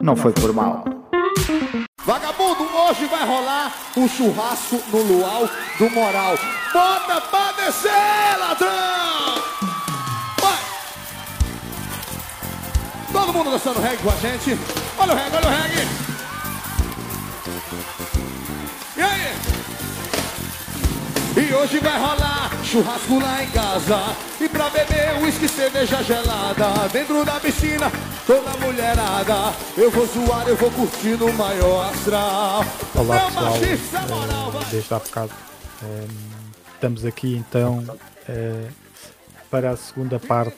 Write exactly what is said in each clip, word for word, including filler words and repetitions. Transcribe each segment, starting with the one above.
não foi por mal. Vagabundo, hoje vai rolar um churrasco no luau do moral. Bota pra descer, ladrão! Vai! Todo mundo dançando reggae com a gente. Olha o reggae, olha o reggae! E aí? E hoje vai rolar churrasco lá em casa. E pra beber uísque, cerveja gelada. Dentro da piscina, toda mulherada. Eu vou zoar, eu vou curtir no maior astral. Olá Meu pessoal, machista moral, vai. eh, desde há bocado eh, estamos aqui então eh, para a segunda parte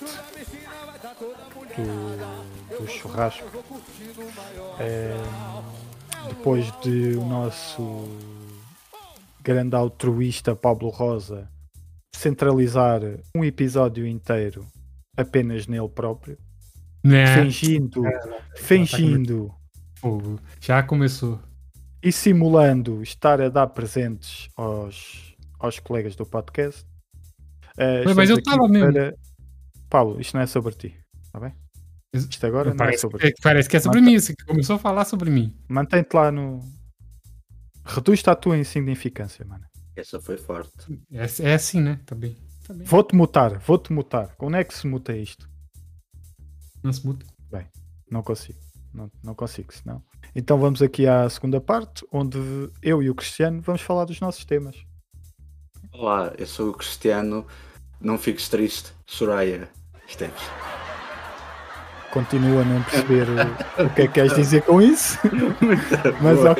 do, do churrasco. Eh, depois de o nosso grande altruísta Pablo Rosa centralizar um episódio inteiro apenas nele próprio, Né? fingindo, fingindo Fogo. Já começou. e simulando estar a dar presentes aos, aos colegas do podcast. Uh, Mas, mas eu estamos estava aqui mesmo. para... Paulo, isto não é sobre ti, está bem? Isto agora não é Parece, sobre é, ti. parece que é sobre Manta- mim. Você começou a falar sobre mim. Mantém-te lá no... Reduz-te à tua insignificância, mano. Essa foi forte. É, é assim, né? Tá bem. Tá bem. Vou-te mutar, vou-te mutar. Como é que se muta isto? Não se muda. Não consigo, não, não consigo, senão. Então vamos aqui à segunda parte, onde eu e o Cristiano vamos falar dos nossos temas. Olá, eu sou o Cristiano. Não fiques triste, Soraya Esteves. Continua a não perceber o, o que é que queres dizer com isso, mas boa. ok.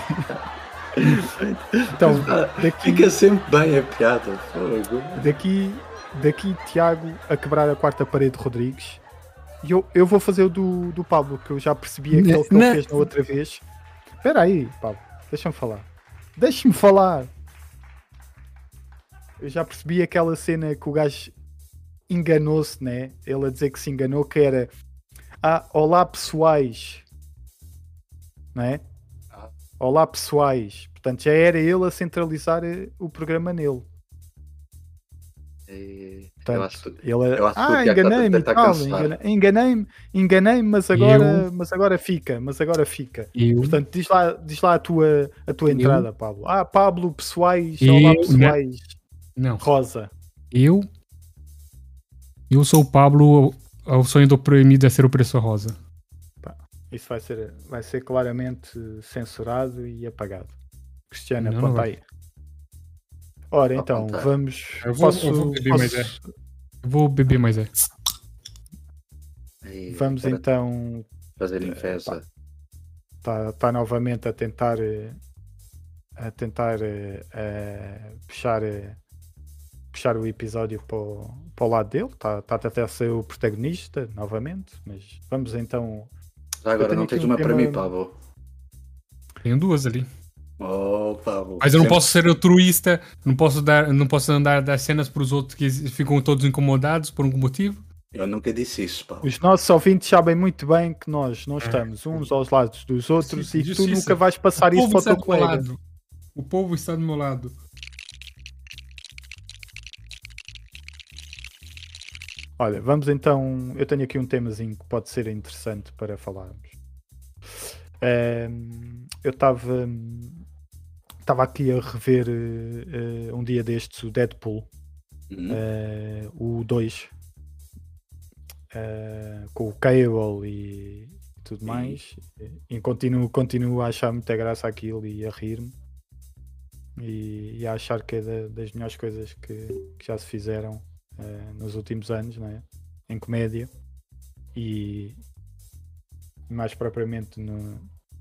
Então, Ah, daqui, Fica sempre bem a piada. Fogo. daqui, daqui Tiago a quebrar a quarta parede de Rodrigues. E eu, eu vou fazer o do, do Pablo, que eu já percebi aquele que ele Não. fez na outra vez. Espera aí, Pablo, deixa-me falar. Deixa-me falar. Eu já percebi aquela cena que o gajo enganou-se, né? Ele a dizer que se enganou, que era ah, olá pessoais, não é? Ah. Olá pessoais. Portanto, já era ele a centralizar eh, o programa nele. E- Portanto, eu acho que- ele, eu acho que o ah, Tiago está- enganei-me e está tal, cansado. engane- enganei-me, enganei-me, mas agora, mas agora fica, mas agora fica. Eu, Portanto, diz lá, diz lá a tua, a tua Eu? entrada, Pablo. Ah, Pablo, pessoais, Eu? olá pessoais, não. Rosa. Eu. Eu sou o Pablo. O sonho do proibido é ser o preço rosa. Isso vai ser, vai ser claramente censurado e apagado. Cristiano, Não, não aponta vai. aí. Ora, Vou então, apontar. vamos. Eu vou- posso- eu vou beber, posso- mas é. Eu vou beber, mas é. e Vamos para então. fazer infesa. Está tá novamente a tentar. eh, A tentar eh, eh, puxar. eh, puxar o episódio para o, para o lado dele. Está tá a tentar ser o protagonista novamente. Mas vamos então. Já agora tenho não aqui tens um uma para tema- mim, Pablo. Tenho duas ali. Oh, Pablo. Mas eu não Sempre- posso ser altruísta, não posso dar, não posso andar das cenas para os outros que ficam todos incomodados por algum motivo. Eu nunca disse isso, Pablo. Os nossos ouvintes sabem muito bem que nós não estamos uns aos lados dos outros e que tu Justiça. nunca vais passar O isso povo para o está teu do meu colega. lado. O povo está do meu lado. Olha, vamos então. Eu tenho aqui um temazinho que pode ser interessante para falarmos. Ehm, eu estava estava aqui a rever eh, eh, um dia destes o Deadpool, Hum? eh, o dois, eh, com o Cable e tudo Sim. mais. E continuo, continuo a achar muita graça aquilo e a rir-me. E, e a achar que é da- das melhores coisas que, que já se fizeram eh, nos últimos anos, não é? Em comédia e mais propriamente no,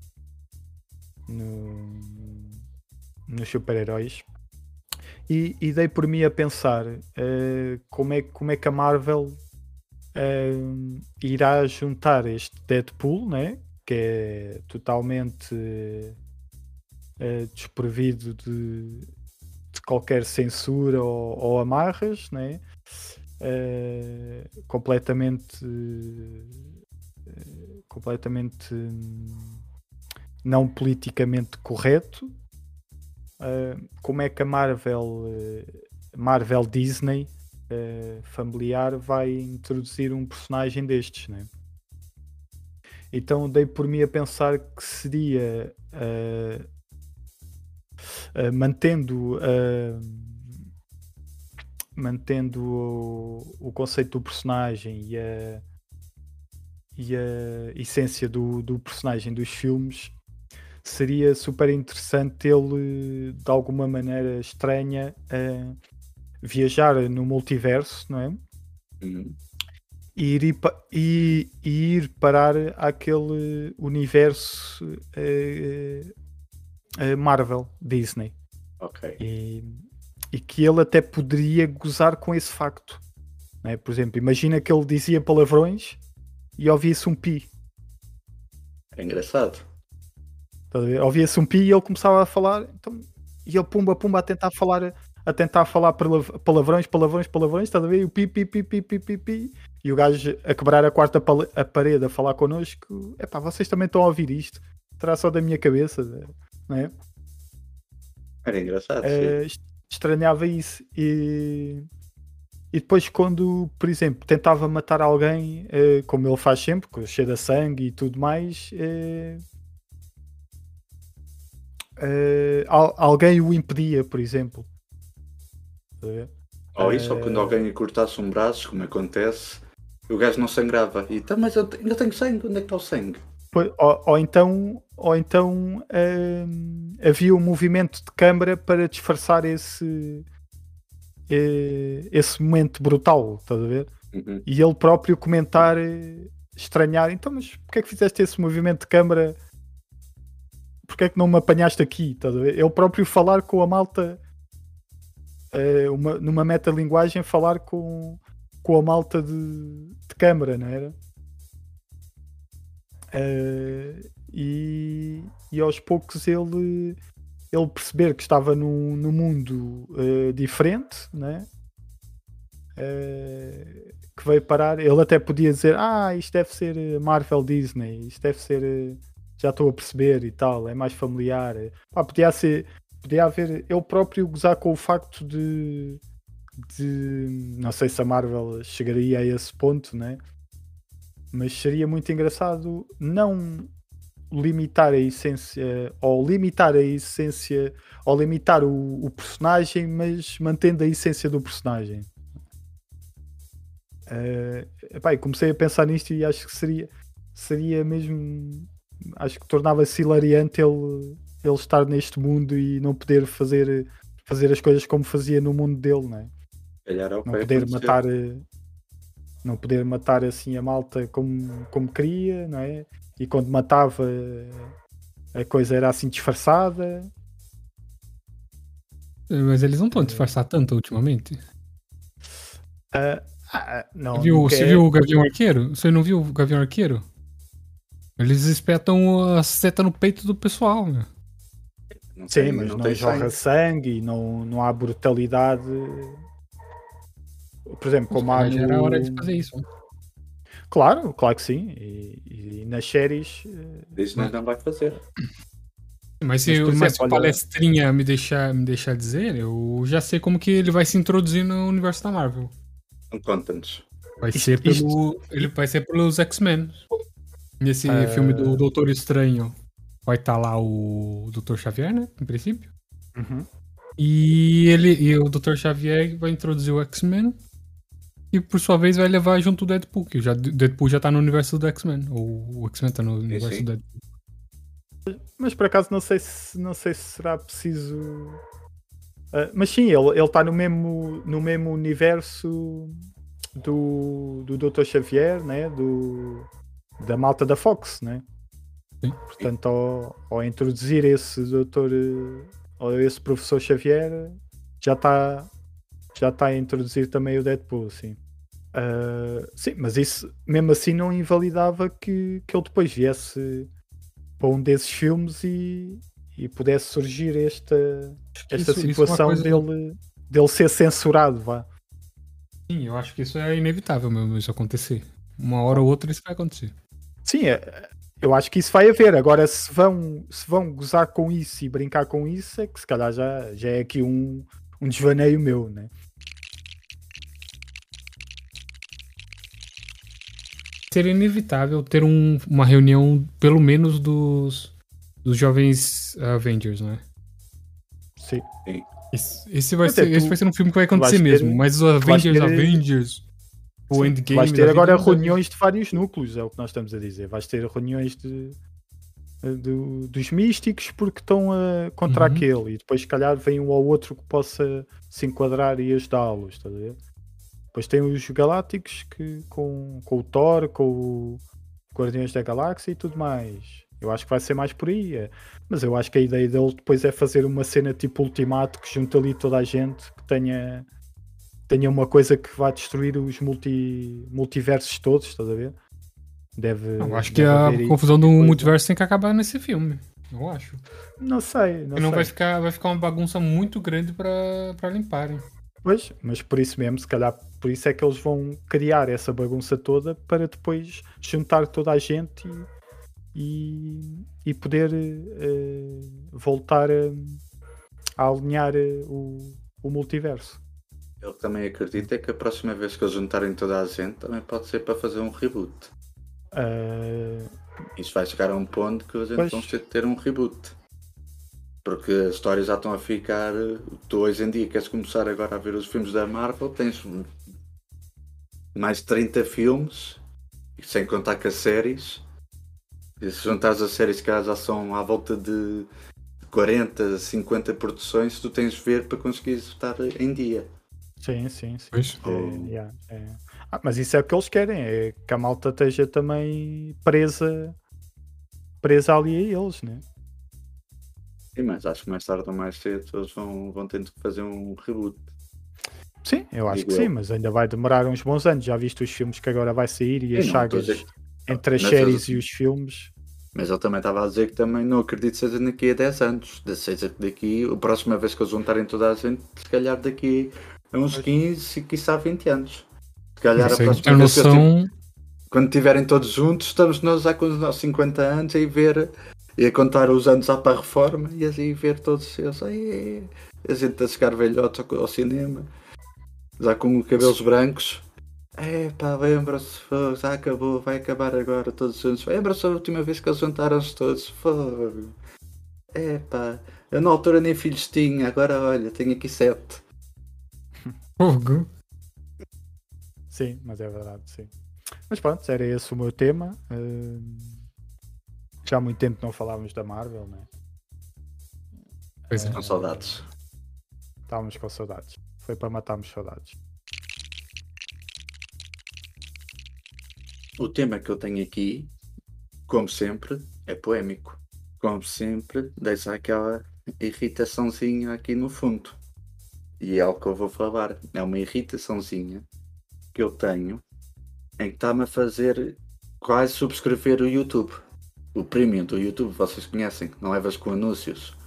no nos super-heróis. E, e dei por mim a pensar eh, como, é, como é que a Marvel eh, irá juntar este Deadpool, né? Que é totalmente eh, desprovido de, de qualquer censura ou, ou amarras, né? Eh, completamente eh, completamente hum, não politicamente correto. Uh, como é que a Marvel uh, Marvel Disney uh, familiar vai introduzir um personagem destes, né? Então dei por mim a pensar que seria uh, uh, mantendo, uh, mantendo o, o conceito do personagem e a, e a essência do, do personagem dos filmes, seria super interessante ele de alguma maneira estranha uh, viajar no multiverso, não é? Uhum. E ir, e, e ir parar àquele universo uh, uh, Marvel, Disney. Ok. E, e que ele até poderia gozar com esse facto. Não é? Por exemplo, imagina que ele dizia palavrões e ouvia-se um pi. É engraçado. Ouvia-se um pi e ele começava a falar, então, e ele pumba pumba a tentar falar, a tentar falar palavrões, palavrões, palavrões, estás a ver? E o pi, pi, pi, pi, pi, pi, pi, e o gajo a quebrar a quarta pal- a parede a falar connosco. Epá, vocês também estão a ouvir isto? Será só da minha cabeça, não é? Era engraçado, Uh, sim. Estranhava isso e, e depois quando, por exemplo, tentava matar alguém, uh, como ele faz sempre, cheio de sangue e tudo mais, uh, Uh, al- alguém o impedia, por exemplo. Ou isso, ou quando Uh, alguém lhe cortasse um braço, como acontece, o gajo não sangrava. E tá, mas eu te- ainda tenho sangue, onde é que está o sangue? Pois, ou, ou então, ou então hum, havia um movimento de câmara para disfarçar esse, eh, esse momento brutal, estás a ver? Uhum. E ele próprio comentar, eh, estranhar, então, mas porquê é que fizeste esse movimento de câmara? Porquê é que não me apanhaste aqui? Estás a ver? Ele próprio falar com a malta, eh, uma, numa metalinguagem, falar com, com a malta de, de câmara, não era? Uh, e, e aos poucos ele, ele perceber que estava num, num mundo uh, diferente, né? Uh, que veio parar. Ele até podia dizer: Ah, isto deve ser Marvel Disney, isto deve ser. Uh, já estou a perceber e tal, é mais familiar. Ah, podia ser, podia haver ele próprio gozar com o facto de, de não sei se a Marvel chegaria a esse ponto, né? Mas seria muito engraçado não limitar a essência, ou limitar a essência, ou limitar o, o personagem, mas mantendo a essência do personagem. Uh, epá, comecei a pensar nisto e acho que seria, seria mesmo, acho que tornava-se hilariante ele, ele estar neste mundo e não poder fazer, fazer as coisas como fazia no mundo dele, não é? Calhar é o que Não vai poder acontecer. matar, não poder matar assim a malta como, como queria, não é? E quando matava, a coisa era assim disfarçada. Mas eles não estão a disfarçar tanto ultimamente. Uh, ah, não, Você viu, nunca você é... viu o Gavião Arqueiro? Você não viu o Gavião Arqueiro? Eles espetam a seta no peito do pessoal, meu. Não Sim, tem, mas não não, tem jorra sangue. sangue e não, não há brutalidade. Por exemplo, como há Já, já era hora de no... fazer isso. Né? Claro, claro que sim. E, e nas séries... Disney Mas- não vai fazer. Mas se, Mas, por mas exemplo, se o olha- palestrinha me deixar, me deixar dizer, eu já sei como que ele vai se introduzir no universo da Marvel. Não conta-nos. Vai Isto- ser isto- pelo. Ele vai ser pelos X-Men. Nesse Ah. filme do Doutor Estranho vai estar lá o doutor Xavier, né? Em princípio. Uhum. E ele e o doutor Xavier vai introduzir o X-Men. E por sua vez vai levar junto o Deadpool, que já, o Deadpool já tá no universo do X-Men. Ou o X-Men tá no universo sim. do Deadpool. Mas por acaso não sei se, não sei se será preciso. Uh, mas sim, ele está no mesmo, no mesmo universo do, do doutor Xavier, né? do, da malta da Fox, né? Sim. Portanto, ao, ao introduzir esse doutor, ou esse professor Xavier, já está já tá a introduzir também o Deadpool, sim. Uh, sim, mas isso mesmo assim não invalidava que, que ele depois viesse para um desses filmes e, e pudesse surgir esta, esta Isso- isso é uma situação coisa- dele, dele ser censurado, vá. Sim, eu acho que isso é inevitável mesmo, isso acontecer. Uma hora ou outra isso vai acontecer. Sim, é, eu acho que isso vai haver. Agora, se vão, se vão gozar com isso e brincar com isso, é que se calhar já, já é aqui um, um desvaneio meu, né? ter inevitável ter um, uma reunião, pelo menos, dos, dos jovens Avengers, não é? Sim. Esse, esse, vai Até ser, tu- esse vai ser um filme que vai acontecer ter- mesmo, mas os vais Avengers, ter- Avengers, o Sim, Endgame... vais da ter vida agora não vai- reuniões de vários núcleos, é o que nós estamos a dizer. Vais ter reuniões de, de- dos místicos porque estão a, contra Uhum. aquele e depois se calhar vem um ou outro que possa se enquadrar e ajudá-los, estás a ver? Depois tem os galácticos que, com, com o Thor, com o Guardiões da Galáxia e tudo mais. Eu acho que vai ser mais por aí. É. Mas eu acho que a ideia dele depois é fazer uma cena tipo Ultimato que junta ali toda a gente que tenha, tenha uma coisa que vá destruir os multi, multiversos todos, estás a ver? Deve, Eu acho que deve a haver aí confusão do qualquer coisa. multiverso tem que acabar nesse filme. Eu acho. Não sei, não Senão sei. vai ficar, vai ficar uma bagunça muito grande pra, pra limparem. Pois, mas por isso mesmo, se calhar por isso é que eles vão criar essa bagunça toda para depois juntar toda a gente e, e, e poder eh, voltar a, a alinhar eh, o, o multiverso. Eu também acredito é que a próxima vez que eles juntarem toda a gente também pode ser para fazer um reboot. Ah, Isso vai chegar a um ponto que a gente Pois. vão ter de ter um reboot. Porque as histórias já estão a ficar. Tu hoje em dia queres começar agora a ver os filmes da Marvel, tens mais de trinta filmes, sem contar com as séries. E se juntares as séries que já são à volta de quarenta, cinquenta produções, tu tens de ver para conseguir estar em dia. sim, sim, sim. Pois. É, Oh. yeah, é. Ah, mas isso é o que eles querem, é que a malta esteja também presa, presa ali a eles, né? Sim, mas acho que mais tarde ou mais cedo eles vão, vão ter de fazer um reboot. Sim, eu acho Digo que sim, eu. mas ainda vai demorar uns bons anos. Já viste os filmes que agora vai sair e as Sim, não, estou a sagas dizer- entre as mas séries eu- e os filmes. Mas ele também estava a dizer que também não acredito que seja daqui a dez anos. De seja que daqui, a próxima vez que eles juntarem toda a gente, se calhar daqui a uns quinze e quiçá vinte anos. Se calhar a Isso aí, próxima ter vez que eles tiv- noção. quando estiverem todos juntos, estamos nós já com os nossos cinquenta anos a ir ver e a contar os anos já para a reforma e assim ver todos eles. Ai, a gente a chegar velhotes ao, ao cinema, já com cabelos brancos. É pá, lembra-se, fogo, já acabou, vai acabar agora todos juntos. Lembra-se a última vez que eles juntaram-se todos? Fogo. É pá, eu na altura nem filhos tinha, agora olha, tenho aqui sete. Fogo. Sim, mas é verdade, sim. Mas pronto, era esse o meu tema. Hum, já há muito tempo não falávamos da Marvel, né? Pois é. Com saudades. Estávamos com saudades. Foi para matarmos saudades. O tema que eu tenho aqui, como sempre, é poémico. Como sempre, deixa aquela irritaçãozinha aqui no fundo. E é o que eu vou falar. É uma irritaçãozinha que eu tenho em que está-me a fazer quase subscrever o YouTube. O premium do YouTube, vocês conhecem, não levas com anúncios.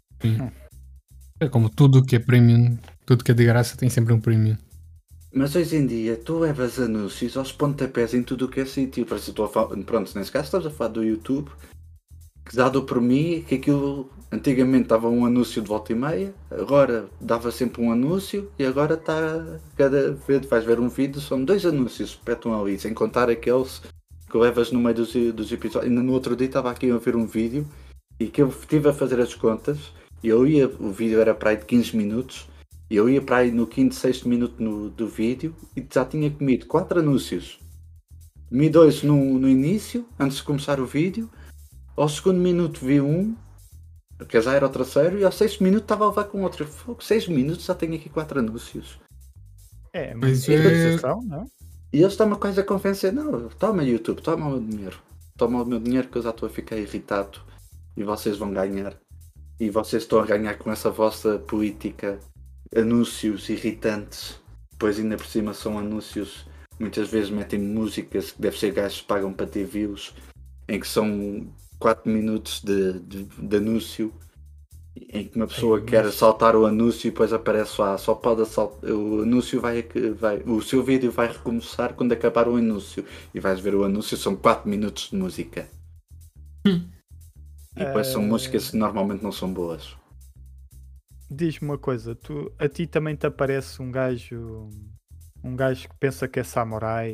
É como tudo que é premium, tudo que é de graça tem sempre um premium. Mas hoje em dia tu levas anúncios aos pontapés em tudo o que é sítio. Parece que estou a falar, pronto, nesse caso estás a falar do YouTube, que dado por mim, que aquilo antigamente dava um anúncio de volta e meia, agora dava sempre um anúncio e agora está cada vez vais ver um vídeo, são dois anúncios que espetam ali, sem contar aqueles que levas no meio dos, dos episódios. Ainda no outro dia estava aqui a ver um vídeo e que eu estive a fazer as contas e eu ia, o vídeo era para aí de quinze minutos. E eu ia para aí no quinto, sexto minuto no, do vídeo e já tinha comido quatro anúncios. Comi dois no, no início, antes de começar o vídeo. Ao segundo minuto vi um, que já era o terceiro, e ao sexto minuto estava a levar com outro. Fogo, seis minutos já tenho aqui quatro anúncios. É, Mas mas é- atualização, não? E eles estão-me quase a convencer, não, toma YouTube, toma o meu dinheiro. Toma o meu dinheiro que eu já estou a ficar irritado. E vocês vão ganhar. E vocês estão a ganhar com essa vossa política. Anúncios irritantes, depois ainda por cima são anúncios, muitas vezes metem músicas que deve ser gajos que pagam para ter views, em que são quatro minutos de, de, de anúncio, em que uma pessoa É, mas- quer saltar o anúncio e depois aparece lá, só pode assaltar, o anúncio vai, vai, o seu vídeo vai recomeçar quando acabar o anúncio, e vais ver o anúncio, são quatro minutos de música. Hum. E depois são Eh, músicas que normalmente não são boas. Diz-me uma coisa, tu, a ti também te aparece um gajo um gajo que pensa que é samurai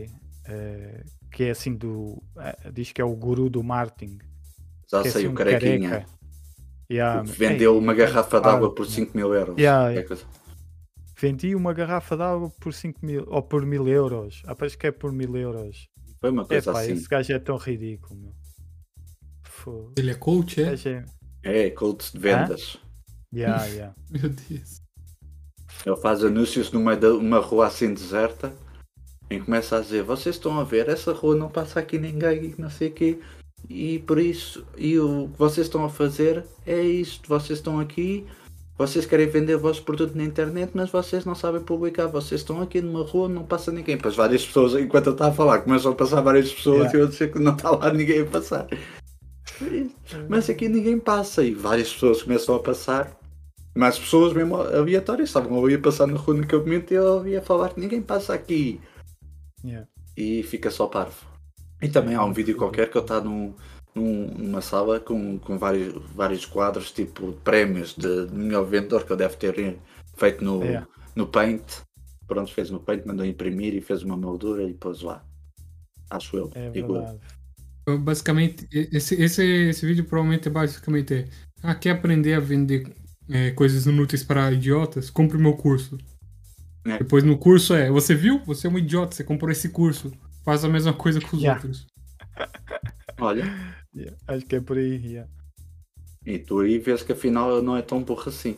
eh, que é assim do. eh, diz que é o guru do marketing. Já Que é sei, assim o um carequinha. careca. Yeah, Que vendeu ei, uma garrafa de claro, água por cinco mil euros. Yeah, É coisa- vendi uma garrafa de água por cinco mil ou por mil euros. Ah, parece que é por mil euros. Foi uma É coisa pá, assim. esse gajo é tão ridículo, meu. Fogo. Ele é coach, O é? gajo é. É, coach de vendas. Yeah, yeah. Meu Deus. Ele faz anúncios no meio de uma rua assim deserta e começa a dizer: vocês estão a ver, essa rua não passa aqui ninguém, não sei o quê, e por isso, e o que vocês estão a fazer é isto, vocês estão aqui, vocês querem vender o vosso produto na internet, mas vocês não sabem publicar, vocês estão aqui numa rua, não passa ninguém. Pois várias pessoas, enquanto eu estava a falar, começam a passar várias pessoas Yeah. e eu a dizer que não está lá ninguém a passar. Mas aqui ninguém passa e várias pessoas começam a passar. Mas pessoas mesmo aleatórias estavam ali a passar na rua naquele momento e eu ouvia falar que ninguém passa aqui. Yeah. E fica só parvo. E também há um vídeo qualquer que ele está num, num, numa sala com, com vários, vários quadros tipo prémios de, de melhor vendedor que ele deve ter feito no, Yeah. no Paint. Pronto, fez no Paint, mandou imprimir e fez uma moldura e pôs lá. Acho eu. É digo eu. verdade. Basicamente, esse, esse, esse vídeo provavelmente é basicamente é, ah, quer aprender a vender é, coisas inúteis para idiotas? Compre meu curso. É. Depois no curso é, você viu? Você é um idiota, você comprou esse curso. Faz a mesma coisa com os Yeah. outros. Olha, Yeah. Acho que é por aí. Yeah. e tu aí vês que afinal ele não é tão burro assim.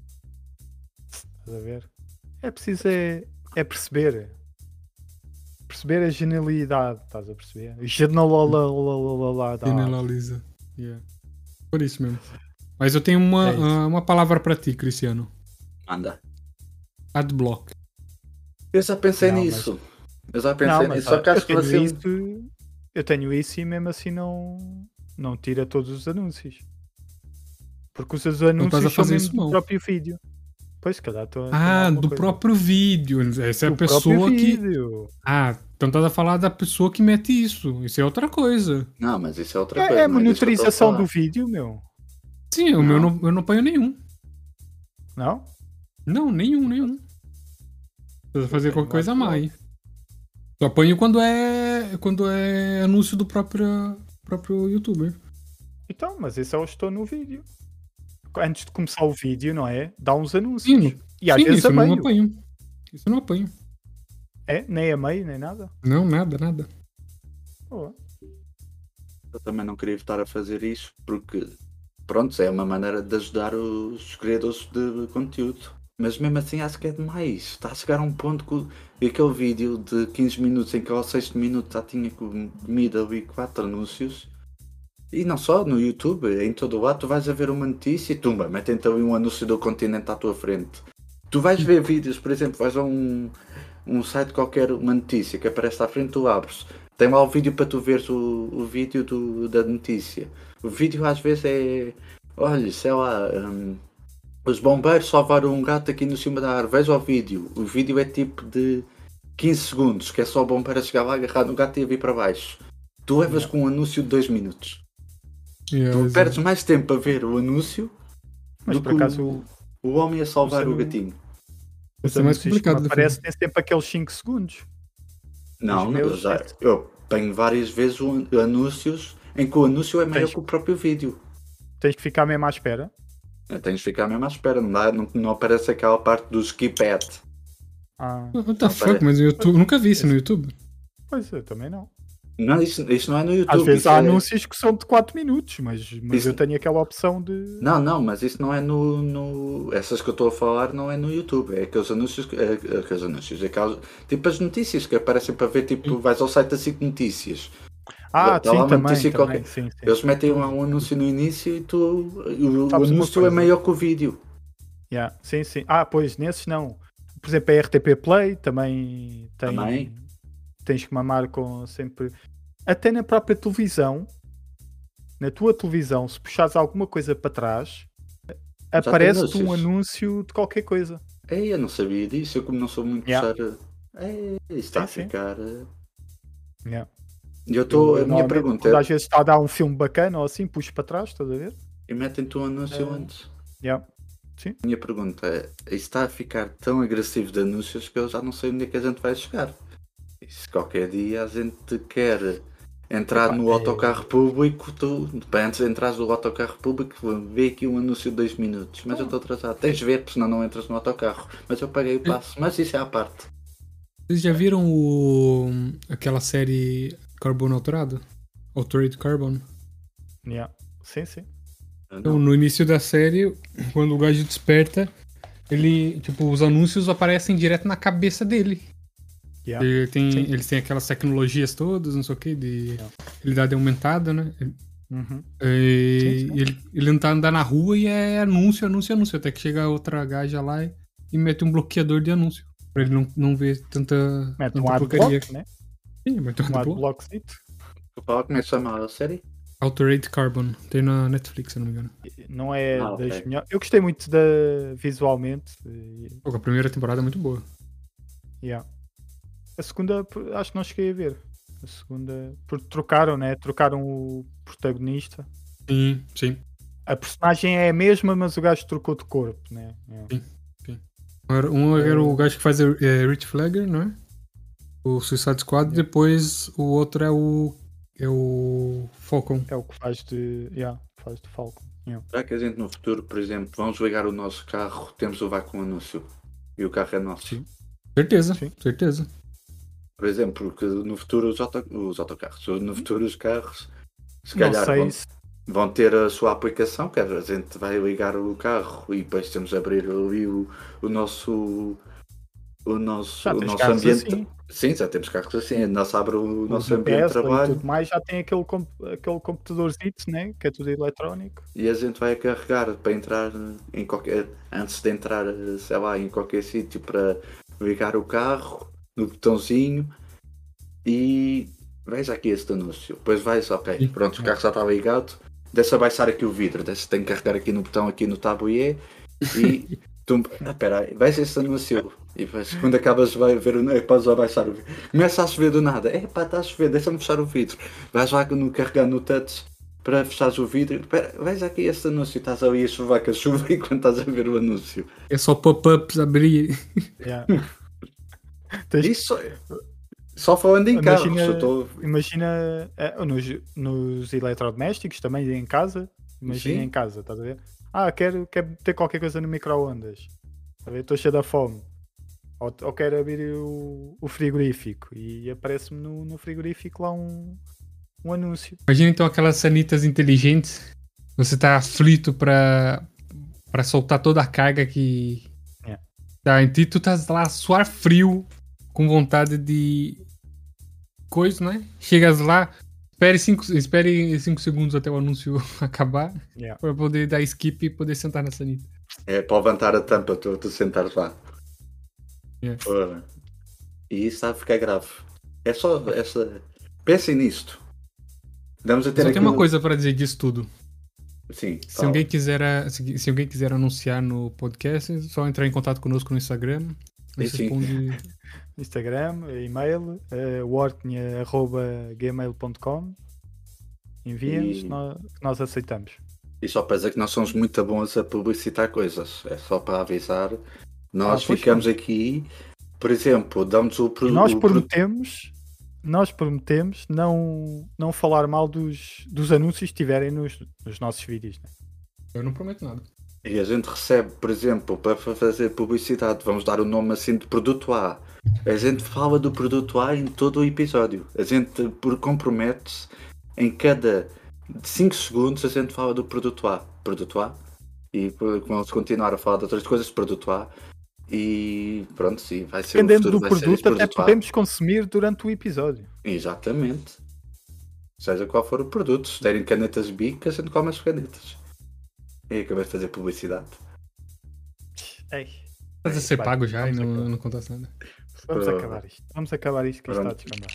Estás a ver? É preciso é, é perceber. Perceber a genialidade, estás a perceber? Generalidade. Generaliza. Yeah. Por isso mesmo. Mas eu tenho uma, É isso. ah, uma palavra para ti, Cristiano. Anda. Adblock. Eu já pensei Não, nisso. Eu já pensei Não, mas nisso. Só que eu acho que vai tenho ser. isso, eu tenho isso e mesmo assim não, não tira todos os anúncios. Porque os estás a anúncios são fazer mesmo isso, do não. próprio vídeo. Pois, se calhar estou a Ah, alguma do coisa. próprio vídeo. Essa é a Do pessoa próprio que. vídeo. Ah, então estás a falar da pessoa que mete isso. Isso é outra coisa. Não, mas isso é outra É, coisa. é a não disso que eu estou a monitorização falar. do vídeo, meu. Sim, o Não. meu não, eu não apanho nenhum. Não? Não, nenhum, nenhum. Precisa fazer tenho qualquer coisa a mais mais. Só apanho quando é. Quando é anúncio do próprio, próprio youtuber. Então, mas esse é o estou no vídeo. Antes de começar o vídeo, não é? Dá uns anúncios. Sim, E às sim, vezes isso a eu não meio. apanho. Isso eu não apanho. É? Nem a meio, nem nada. Não, nada, nada. Pô, Eu também não queria estar a fazer isso porque, pronto, é uma maneira de ajudar os criadores de conteúdo. Mas mesmo assim acho que é demais. Está a chegar a um ponto que aquele vídeo de quinze minutos em que ao sexto minuto já tinha comido ali quatro anúncios. E não só no YouTube, em todo o lado tu vais a ver uma notícia e tumba, metem-te ali um anúncio do Continente à tua frente. Tu vais ver vídeos, por exemplo, vais a um, um site qualquer, uma notícia que aparece à frente, tu abres. Tem lá o vídeo para tu veres o, o vídeo do, da notícia. O vídeo às vezes é, olha, sei lá, hum, os bombeiros salvaram um gato aqui no cima da árvore, veja o vídeo. O vídeo é tipo de quinze segundos, que é só o bombeiro a chegar lá, agarrar no gato e a vir para baixo. Tu levas com um anúncio de dois minutos. Yeah, Tu exato. perdes mais tempo a ver o anúncio mas do por que acaso o, o homem a salvar o o gatinho. os Isso é mais anúncios que complicado me de aparece tem sempre aqueles cinco segundos. Não, Os não, eu, meus, já, é- eu tenho várias vezes o an- anúncios em que o anúncio é maior Tens- que o próprio vídeo. Tens que ficar mesmo à espera. Eu Tens de ficar mesmo à espera, não, dá, não, não aparece aquela parte do skip ad. Ah, What the Não, fuck, parece- mas o YouTube, nunca vi isso no YouTube. pois eu também não. Não, isso, isso não é no YouTube. Às vezes isso há é- anúncios que são de quatro minutos, mas, mas Isso- eu tenho aquela opção de. Não, não, mas isso não é no, no. Essas que eu estou a falar não é no YouTube. É aqueles anúncios. que- É, é aqueles anúncios. É aquelas, tipo as notícias que aparecem para ver. Tipo, vais ao site da cinco Notícias. Ah, dá lá sim, uma também. notícia também qualquer. sim, sim. Eles metem lá um anúncio no início e tu. O, o Sabes uma anúncio é coisa? maior que o vídeo. Yeah, sim, sim. Ah, pois, nesses não. Por exemplo, a R T P Play também tem. Também. Tens que mamar com sempre. Até na própria televisão, na tua televisão, se puxares alguma coisa para trás, aparece-te um anúncios. anúncio de qualquer coisa. Ei, eu não sabia disso. Eu, como não sou muito Yeah. puxar. Ei, isto está a Sim, sim. ficar. eh, Yeah. E eu estou. Eu, A minha normalmente, pergunta quando é. às vezes está a dar um filme bacana ou assim, puxo para trás, estás a ver? E metem-te um anúncio É. antes. Yeah. A minha pergunta é: isto está a ficar tão agressivo de anúncios que eu já não sei onde é que a gente vai chegar. E se qualquer dia a gente quer entrar Epá, no é- autocarro público, tu, para antes de entrares no autocarro público, vê aqui um anúncio de dois minutos. Mas eu estou atrasado. Tens de ver, porque senão não entras no autocarro. Mas eu paguei o passo. Mas isso é à parte. Vocês já viram o, aquela série Carbono Alterado? Altered Carbon? Yeah. Sim, sim. Então, no início da série, quando o gajo desperta, ele, tipo, os anúncios aparecem direto na cabeça dele. Yeah. Ele tem, Sim. eles têm aquelas tecnologias todas, não sei o que, de Yeah. realidade aumentada, né? Uhum. E Sim, sim. ele, ele tá andando na rua e é anúncio, anúncio, anúncio. Até que chega outra gaja lá e, e mete um bloqueador de anúncio. Pra ele não, não ver tanta, Mete tanta um porcaria. adblock, né? Sim, mete um Um adblock. adblockzito. Tu fala como é que chama a série? Altered Carbon. Tem na Netflix, se eu não me engano. Não é Ah, das ok. melhores. Eu gostei muito da visualmente. e- Pô, a primeira temporada é muito boa. Yeah. A segunda por- acho que não cheguei a ver. A segunda. Porque trocaram, né? Trocaram o protagonista. Sim, sim. A personagem é a mesma, mas o gajo trocou de corpo, né? Yeah. Um era, um era o gajo que faz é, Rich Flagger, não é? O Suicide Squad. Yeah. Depois o outro é o. É o Falcon. É o que faz de. Yeah, faz de Falcon. Yeah. Será que a gente no futuro, por exemplo, vamos ligar o nosso carro, temos o levar com um anúncio e o carro é nosso? Sim. Certeza, Sim. certeza. Por exemplo, porque no futuro os, auto, os autocarros, no futuro os carros, se Não calhar sei vão, se. vão ter a sua aplicação, que a gente vai ligar o carro e depois temos de abrir ali o, o nosso o nosso, Já o tens nosso carros ambiente. assim. Sim, já temos carros assim, nós abre o O nosso do ambiente de Tesla e trabalho tudo mais, já tem aquele, com- aquele computadorzito, né? Que é tudo eletrónico. e a gente vai carregar para entrar em qualquer. Antes de entrar, sei lá, em qualquer sítio para ligar o carro no botãozinho e veja aqui este anúncio. Depois vais, ok, Sim. pronto, o carro já está ligado. Deixa baixar aqui o vidro, deixa, tem que carregar aqui no botão aqui no tabuier e tu, ah, espera aí, veja este anúncio. E depois, quando acabas vai ver o podes abaixar o vidro. Começa a chover do nada. É pá, está a chover, deixa-me fechar o vidro. Vais lá no carregar no touch para fechares o vidro. Espera, veja aqui este anúncio. Estás ali a chover com a chuva enquanto estás a ver o anúncio. É só pop-ups abrir. Yeah. Tens- Isso só falando em carros. Imagina- Eu tô... Imagina eh, nos, nos eletrodomésticos também em casa. Imagina Sim. em casa, estás a ver? Ah, quero, quero ter qualquer coisa no micro-ondas. Estás a ver? Estou cheio da fome. Ou, ou quero abrir o, o frigorífico e aparece-me no, no frigorífico lá um, um anúncio. Imagina então aquelas sanitas inteligentes. Você tá aflito pra, pra soltar toda a carga que É. tá em ti. Tu tá lá, suar frio, com vontade de coisa, né? Chegas lá, espere cinco, espere cinco segundos até o anúncio acabar Yeah. pra poder dar skip e poder sentar na sanita. É para levantar a tampa, tu, tu sentares lá. É. Ora. E isso está a ficar grave. É só essa. Pensem nisto. Vamos a ter Só aqui tem uma um- coisa pra dizer disso tudo. Sim, Se fala. alguém, quiser, a- se, se alguém quiser anunciar no podcast, é só entrar em contato conosco no Instagram. A gente Sim, sim. responde. Instagram, e-mail, uh, wartnia arroba gmail ponto com. Enviem-nos, E- nós, que nós aceitamos. E só para dizer que nós somos muito bons a publicitar coisas. É só para avisar. Nós Ah, pois ficamos aqui, por exemplo, damos o E produto. nós prometemos, nós prometemos não, não falar mal dos, dos anúncios que tiverem nos, nos nossos vídeos. Né? Eu não prometo nada. E a gente recebe, por exemplo, para fa- fazer publicidade, vamos dar o nome assim de produto A. A gente fala do produto A em todo o episódio. A gente por- compromete-se em cada cinco segundos a gente fala do produto A. Produto A. E por- vamos continuar a falar de outras coisas, produto A. E pronto, sim, vai ser o Dependendo futuro, do vai ser esse produto, até produto A. podemos consumir durante o episódio. Exatamente. Seja qual for o produto. Se derem canetas Bic, a gente come as canetas. E acabei de fazer publicidade. Ei, Mas a ser vai, pago já e vamos não, acabar. não contasse nada. vamos Ah. acabar isto. Vamos acabar isto que isto está a Pronto. descambar.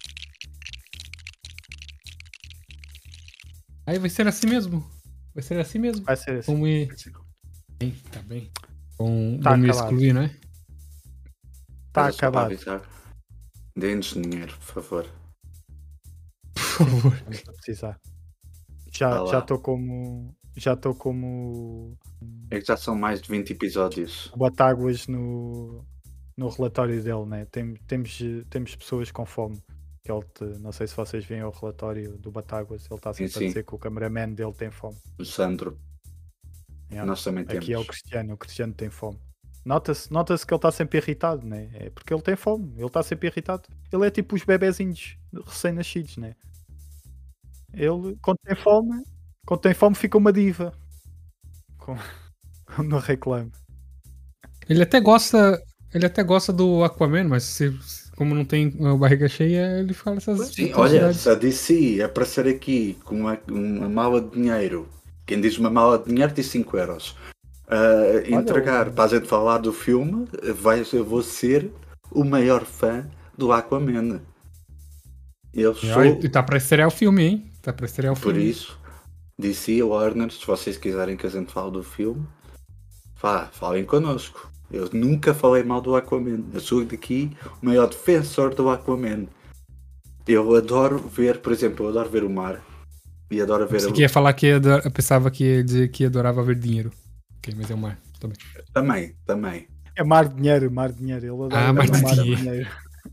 Aí vai ser assim mesmo. Vai ser assim mesmo. Vai ser assim. Vamos me. Bem, tá bem. Vamos, Tá vamos me acabado. excluir, né? Está Era só para acabado. avisar. Deem-nos dinheiro, por favor. Por favor. Vamos a precisar. Já Vá lá. já estou como. Já estou como. É que já são mais de vinte episódios. Batáguas no. no relatório dele, né? Tem, temos, temos pessoas com fome. Que ele te, não sei se vocês veem o relatório do Batáguas, ele está sempre Sim, a sim. dizer que o cameraman dele tem fome. O Sandro. Yeah. Nós também temos. Aqui é o Cristiano, o Cristiano tem fome. Nota-se nota que ele está sempre irritado, né? É porque ele tem fome, ele está sempre irritado. Ele é tipo os bebezinhos recém-nascidos, né? Ele, quando tem fome, quando tem fome fica uma diva. Com... não reclame. Ele até gosta. Ele até gosta do Aquaman, mas se, como não tem a barriga cheia, ele fala essas Sim, olha, se a D C aparecer aqui com uma, uma mala de dinheiro, quem diz uma mala de dinheiro diz cinco euros, uh, entregar Olha, para a gente falar do filme, vai, eu vou ser o maior fã do Aquaman. Eu sou, E está para estrear o filme, hein? Está para estrear o por filme. isso, D C, Warner, se vocês quiserem que a gente fale do filme, vá, falem connosco. Eu nunca falei mal do Aquaman. Eu sou daqui o maior defensor do Aquaman. Eu adoro ver, por exemplo, eu adoro ver o mar. E adoro ver Você o... que ia falar que adora, eu pensava que ia dizer que adorava ver dinheiro. Ok, mas é o mar também. Também, também. é mar de dinheiro, mar de dinheiro. Ele adora Ah, mar de mar de dinheiro. dinheiro.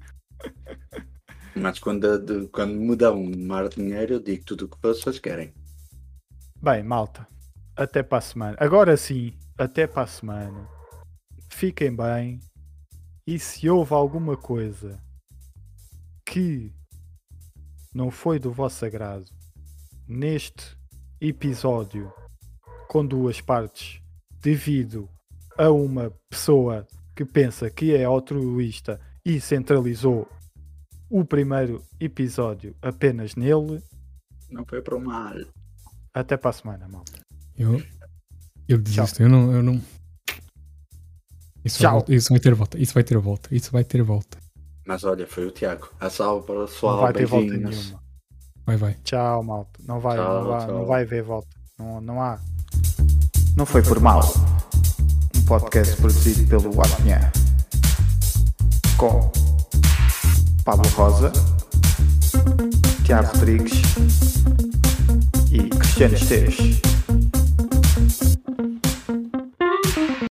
Mas quando, de, quando me dão um mar de dinheiro, eu digo tudo o que vocês querem. Bem, malta, até para a semana. Agora sim, até para a semana. Fiquem bem. E se houve alguma coisa que não foi do vosso agrado neste episódio com duas partes, devido a uma pessoa que pensa que é altruísta e centralizou o primeiro episódio apenas nele, Não foi para o mal. até para a semana, malta. Eu, eu desisto. Eu não. Eu não... Isso, vai, Tchau. volta- isso vai ter volta. Isso vai ter volta. Isso vai ter volta. Mas olha, foi o Tiago. A salva para o Não pessoal. vai ter volta Beijinhos. nenhuma. Vai, vai. Tchau, malta. Não vai, Tchau, não, vai tchau. não vai haver volta. Não, não há. Não foi por mal. Um podcast produzido pelo Apinha. Com Pablo Rosa, Tiago Rodrigues e Cristiano Esteves.